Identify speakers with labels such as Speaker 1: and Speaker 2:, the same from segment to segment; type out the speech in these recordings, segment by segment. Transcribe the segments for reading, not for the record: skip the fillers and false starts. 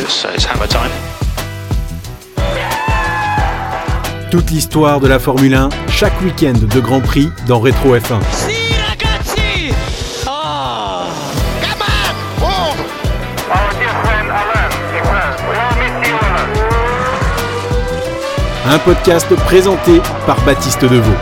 Speaker 1: this, so it's hammer time.
Speaker 2: Toute l'histoire de la Formule 1, chaque week-end de Grand Prix dans Rétro F1.
Speaker 3: Si ragazzi! Oh! Come on! Oh!
Speaker 4: Our dear friend Alain, we all miss you, Alain.
Speaker 2: Un podcast présenté par Baptiste Deveau.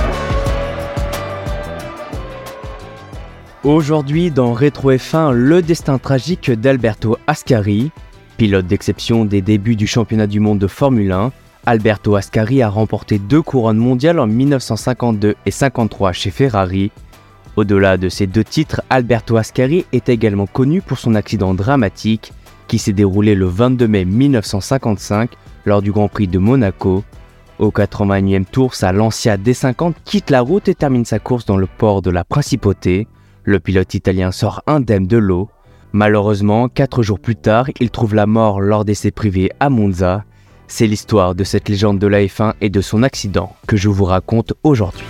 Speaker 5: Aujourd'hui dans Rétro F1, le destin tragique d'Alberto Ascari. Pilote d'exception des débuts du championnat du monde de Formule 1, Alberto Ascari a remporté 2 couronnes mondiales en 1952 et 53 chez Ferrari. Au-delà de ces 2 titres, Alberto Ascari est également connu pour son accident dramatique qui s'est déroulé le 22 mai 1955 lors du Grand Prix de Monaco. Au 81e tour, sa Lancia D50 quitte la route et termine sa course dans le port de la Principauté. Le pilote italien sort indemne de l'eau. Malheureusement, 4 jours plus tard, il trouve la mort lors d'essais privés à Monza. C'est l'histoire de cette légende de la F1 et de son accident que je vous raconte aujourd'hui.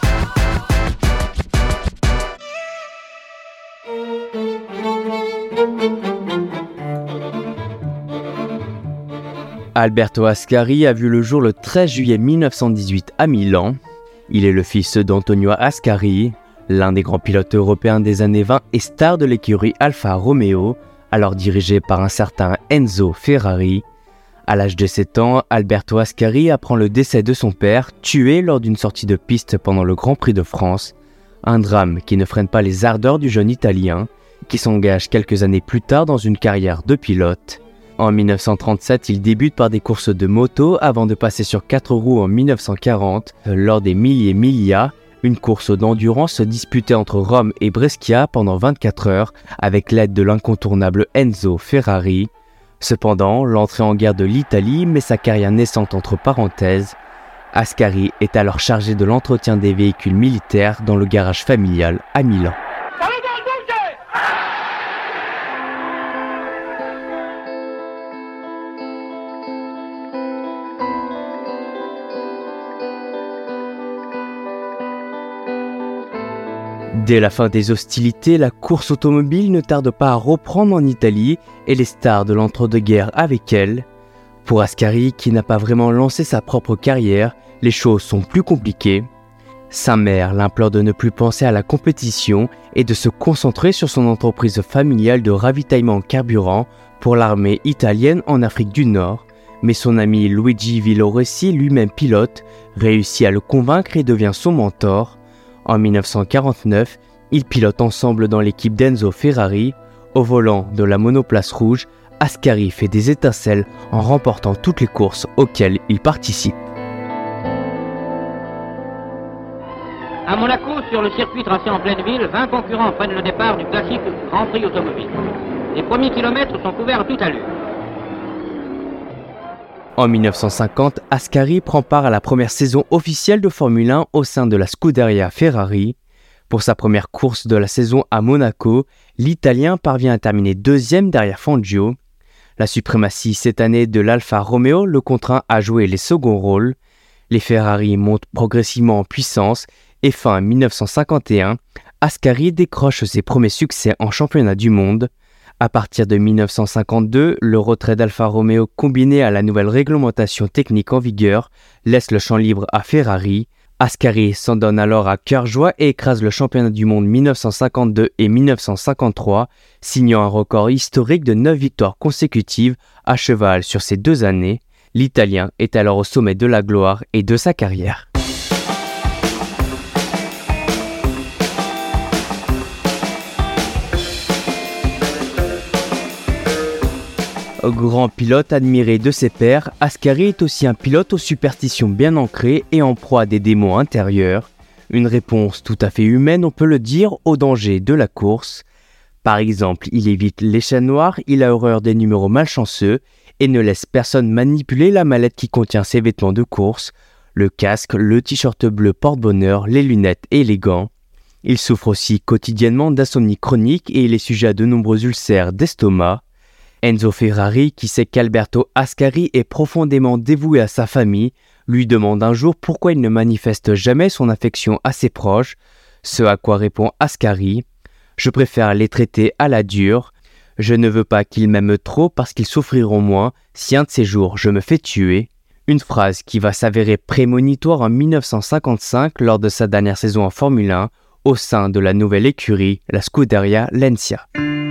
Speaker 5: Alberto Ascari a vu le jour le 13 juillet 1918 à Milan. Il est le fils d'Antonio Ascari, l'un des grands pilotes européens des années 20 et star de l'écurie Alfa Romeo, alors dirigée par un certain Enzo Ferrari. À l'âge de 7 ans, Alberto Ascari apprend le décès de son père, tué lors d'une sortie de piste pendant le Grand Prix de France. Un drame qui ne freine pas les ardeurs du jeune Italien, qui s'engage quelques années plus tard dans une carrière de pilote. En 1937, il débute par des courses de moto avant de passer sur 4 roues en 1940 lors des Mille-Miglia, une course d'endurance disputée entre Rome et Brescia pendant 24 heures avec l'aide de l'incontournable Enzo Ferrari. Cependant, l'entrée en guerre de l'Italie met sa carrière naissante entre parenthèses. Ascari est alors chargé de l'entretien des véhicules militaires dans le garage familial à Milan. Dès la fin des hostilités, la course automobile ne tarde pas à reprendre en Italie et les stars de l'entre-deux-guerres avec elle. Pour Ascari, qui n'a pas vraiment lancé sa propre carrière, les choses sont plus compliquées. Sa mère l'implore de ne plus penser à la compétition et de se concentrer sur son entreprise familiale de ravitaillement en carburant pour l'armée italienne en Afrique du Nord. Mais son ami Luigi Villoresi, lui-même pilote, réussit à le convaincre et devient son mentor. En 1949, ils pilotent ensemble dans l'équipe d'Enzo Ferrari. Au volant de la monoplace rouge, Ascari fait des étincelles en remportant toutes les courses auxquelles il participe.
Speaker 6: À Monaco, sur le circuit tracé en pleine ville, 20 concurrents prennent le départ du classique Grand Prix automobile. Les premiers kilomètres sont couverts à toute allure.
Speaker 5: En 1950, Ascari prend part à la première saison officielle de Formule 1 au sein de la Scuderia Ferrari. Pour sa première course de la saison à Monaco, l'Italien parvient à terminer 2e derrière Fangio. La suprématie cette année de l'Alfa Romeo le contraint à jouer les seconds rôles. Les Ferrari montent progressivement en puissance et fin 1951, Ascari décroche ses premiers succès en championnat du monde. À partir de 1952, le retrait d'Alfa Romeo combiné à la nouvelle réglementation technique en vigueur laisse le champ libre à Ferrari. Ascari s'en donne alors à cœur joie et écrase le championnat du monde 1952 et 1953, signant un record historique de 9 victoires consécutives à cheval sur ces 2 années. L'Italien est alors au sommet de la gloire et de sa carrière. Grand pilote admiré de ses pairs, Ascari est aussi un pilote aux superstitions bien ancrées et en proie à des démons intérieurs. Une réponse tout à fait humaine, on peut le dire, au danger de la course. Par exemple, il évite les chaînes noires, il a horreur des numéros malchanceux et ne laisse personne manipuler la mallette qui contient ses vêtements de course, le casque, le t-shirt bleu porte-bonheur, les lunettes et les gants. Il souffre aussi quotidiennement d'insomnie chronique et il est sujet à de nombreux ulcères d'estomac. Enzo Ferrari, qui sait qu'Alberto Ascari est profondément dévoué à sa famille, lui demande un jour pourquoi il ne manifeste jamais son affection à ses proches, ce à quoi répond Ascari « Je préfère les traiter à la dure. « Je ne veux pas qu'ils m'aiment trop parce qu'ils souffriront moins si un de ces jours je me fais tuer ». Une phrase qui va s'avérer prémonitoire en 1955 lors de sa dernière saison en Formule 1 au sein de la nouvelle écurie, la Scuderia Lancia.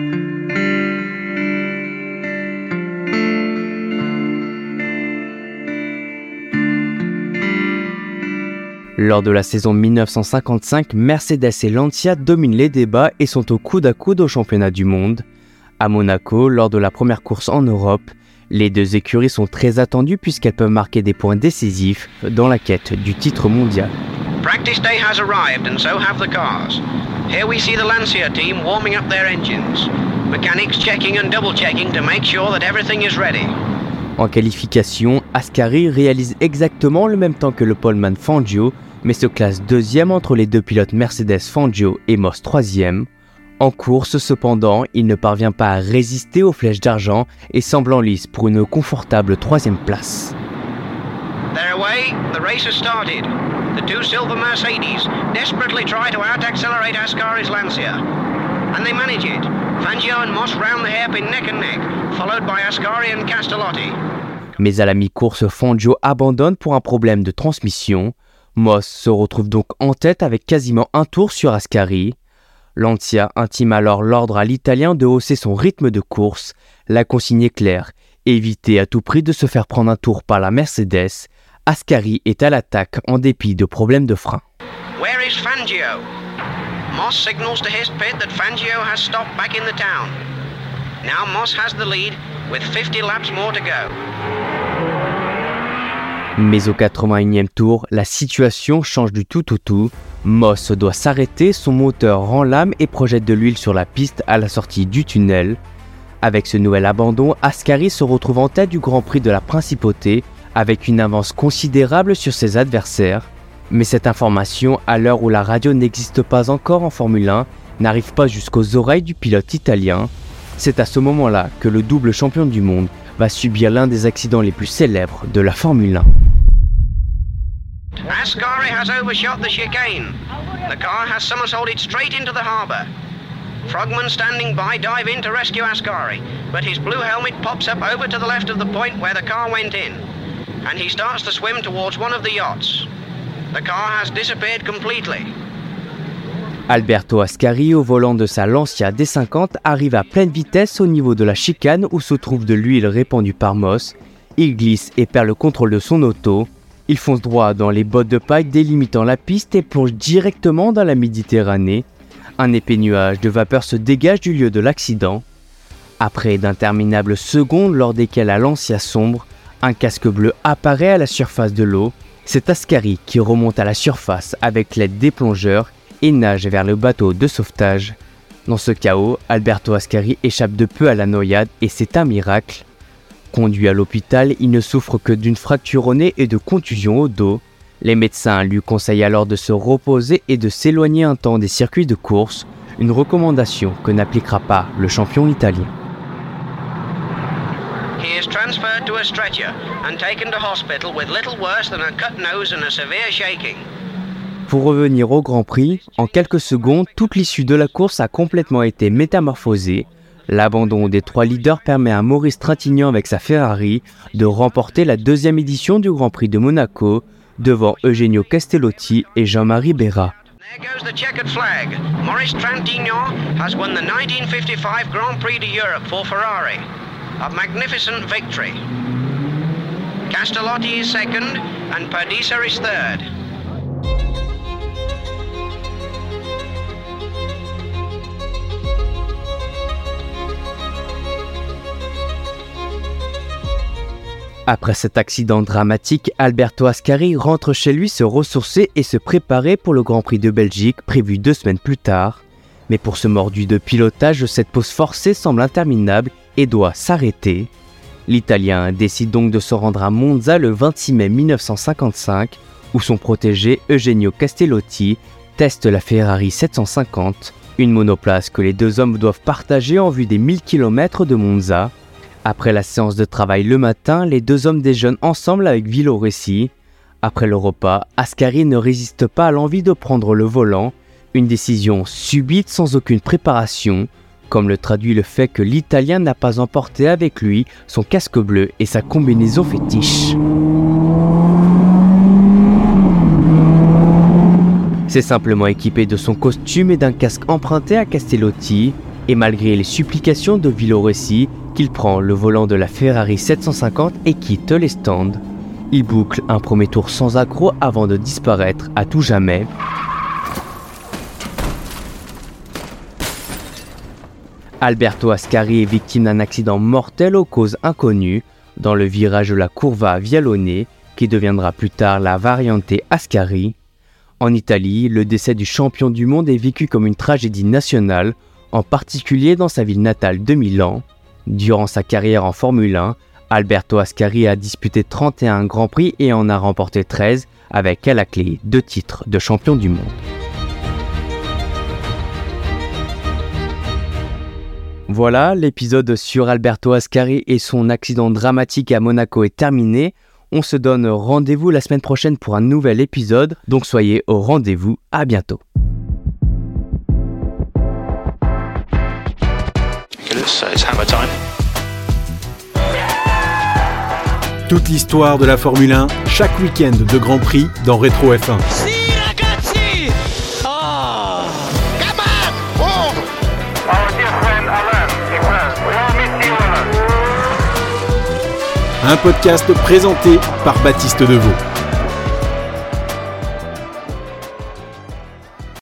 Speaker 5: Lors de la saison 1955, Mercedes et Lancia dominent les débats et sont au coude à coude au championnat du monde. À Monaco, lors de la première course en Europe, les deux écuries sont très attendues puisqu'elles peuvent marquer des points décisifs dans la quête du titre mondial.
Speaker 1: Practice day has arrived and so have the cars. Here we see the Lancia team warming up their engines. Mechanics checking and double checking to make sure that everything is ready.
Speaker 5: En qualification, Ascari réalise exactement le même temps que le poleman Fangio, mais se classe deuxième entre les deux pilotes Mercedes Fangio et Moss troisième. En course, cependant, il ne parvient pas à résister aux flèches d'argent et semble en lice pour une confortable troisième place.
Speaker 1: They're away, the race has started. The two silver Mercedes desperately try to out-accelerate Ascari's Lancia. And they manage it. Fangio and Moss round the hairpin neck and neck, followed by Ascari and Castellotti.
Speaker 5: Mais à la mi-course, Fangio abandonne pour un problème de transmission. Moss se retrouve donc en tête avec quasiment un tour sur Ascari. Lancia intime alors l'ordre à l'Italien de hausser son rythme de course. La consigne est claire, éviter à tout prix de se faire prendre un tour par la Mercedes. Ascari est à l'attaque en dépit de problèmes de frein.
Speaker 1: Where is Fangio? Moss signals to his pit that Fangio has stopped back in the town. Now Moss has the lead with 50 laps more to go.
Speaker 5: Mais au 81e tour, la situation change du tout au tout. Moss doit s'arrêter, son moteur rend lame et projette de l'huile sur la piste à la sortie du tunnel. Avec ce nouvel abandon, Ascari se retrouve en tête du Grand Prix de la Principauté avec une avance considérable sur ses adversaires. Mais cette information, à l'heure où la radio n'existe pas encore en Formule 1, n'arrive pas jusqu'aux oreilles du pilote italien. C'est à ce moment-là que le double champion du monde va subir l'un des accidents les plus célèbres de la Formule 1.
Speaker 1: Ascari has overshot the chicane. The car has somersaulted straight into the harbour. Frogman standing by dive in to rescue Ascari, but his blue helmet pops up over to the left of the point where the car went in, and he starts to swim towards one of the yachts. The car has disappeared completely.
Speaker 5: Alberto Ascari, au volant de sa Lancia D50, arrive à pleine vitesse au niveau de la chicane où se trouve de l'huile répandue par Moss. Il glisse et perd le contrôle de son auto. Il fonce droit dans les bottes de paille délimitant la piste et plonge directement dans la Méditerranée. Un épais nuage de vapeur se dégage du lieu de l'accident. Après d'interminables secondes lors desquelles la Lancia sombre, un casque bleu apparaît à la surface de l'eau. C'est Ascari qui remonte à la surface avec l'aide des plongeurs et nage vers le bateau de sauvetage. Dans ce chaos, Alberto Ascari échappe de peu à la noyade et c'est un miracle. Conduit à l'hôpital, il ne souffre que d'une fracture au nez et de contusions au dos. Les médecins lui conseillent alors de se reposer et de s'éloigner un temps des circuits de course, une recommandation que n'appliquera pas le champion italien.
Speaker 1: He is transferred to a stretcher and taken to hospital with little worse than a cut nose and a severe shaking.
Speaker 5: Pour revenir au Grand Prix, en quelques secondes, toute l'issue de la course a complètement été métamorphosée. L'abandon des trois leaders permet à Maurice Trintignant avec sa Ferrari de remporter la deuxième édition du Grand Prix de Monaco devant Eugenio Castellotti et Jean-Marie Berra.
Speaker 1: There goes the checkered flag. Maurice Trintignant has won the 1955 Grand Prix de Europe for Ferrari. A magnificent victory. Castellotti is second and Perdisa is third.
Speaker 5: Après cet accident dramatique, Alberto Ascari rentre chez lui se ressourcer et se préparer pour le Grand Prix de Belgique prévu 2 semaines plus tard. Mais pour ce mordu de pilotage, cette pause forcée semble interminable et doit s'arrêter. L'Italien décide donc de se rendre à Monza le 26 mai 1955, où son protégé Eugenio Castellotti teste la Ferrari 750, une monoplace que les deux hommes doivent partager en vue des 1000 km de Monza. Après la séance de travail le matin, les deux hommes déjeunent ensemble avec Villoresi. Après le repas, Ascari ne résiste pas à l'envie de prendre le volant, une décision subite sans aucune préparation. comme le traduit le fait que l'Italien n'a pas emporté avec lui son casque bleu et sa combinaison fétiche. C'est simplement équipé de son costume et d'un casque emprunté à Castellotti, et malgré les supplications de Villorossi, qu'il prend le volant de la Ferrari 750 et quitte les stands. Il boucle un premier tour sans accroc avant de disparaître à tout jamais. Alberto Ascari est victime d'un accident mortel aux causes inconnues dans le virage de la Curva Vialone, qui deviendra plus tard la Variante Ascari. En Italie, le décès du champion du monde est vécu comme une tragédie nationale, en particulier dans sa ville natale de Milan. Durant sa carrière en Formule 1, Alberto Ascari a disputé 31 Grands Prix et en a remporté 13, avec à la clé 2 titres de champion du monde. Voilà, l'épisode sur Alberto Ascari et son accident dramatique à Monaco est terminé. On se donne rendez-vous la semaine prochaine pour un nouvel épisode, donc soyez au rendez-vous, à bientôt.
Speaker 3: It's hammer time.
Speaker 2: Toute l'histoire de la Formule 1, chaque week-end de Grand Prix dans Rétro F1.
Speaker 3: Si ragazzi! Oh! Come on! Oh!
Speaker 4: Our dear friend Alain, in France. We all miss you, Alain.
Speaker 2: Un podcast présenté par Baptiste Deveau.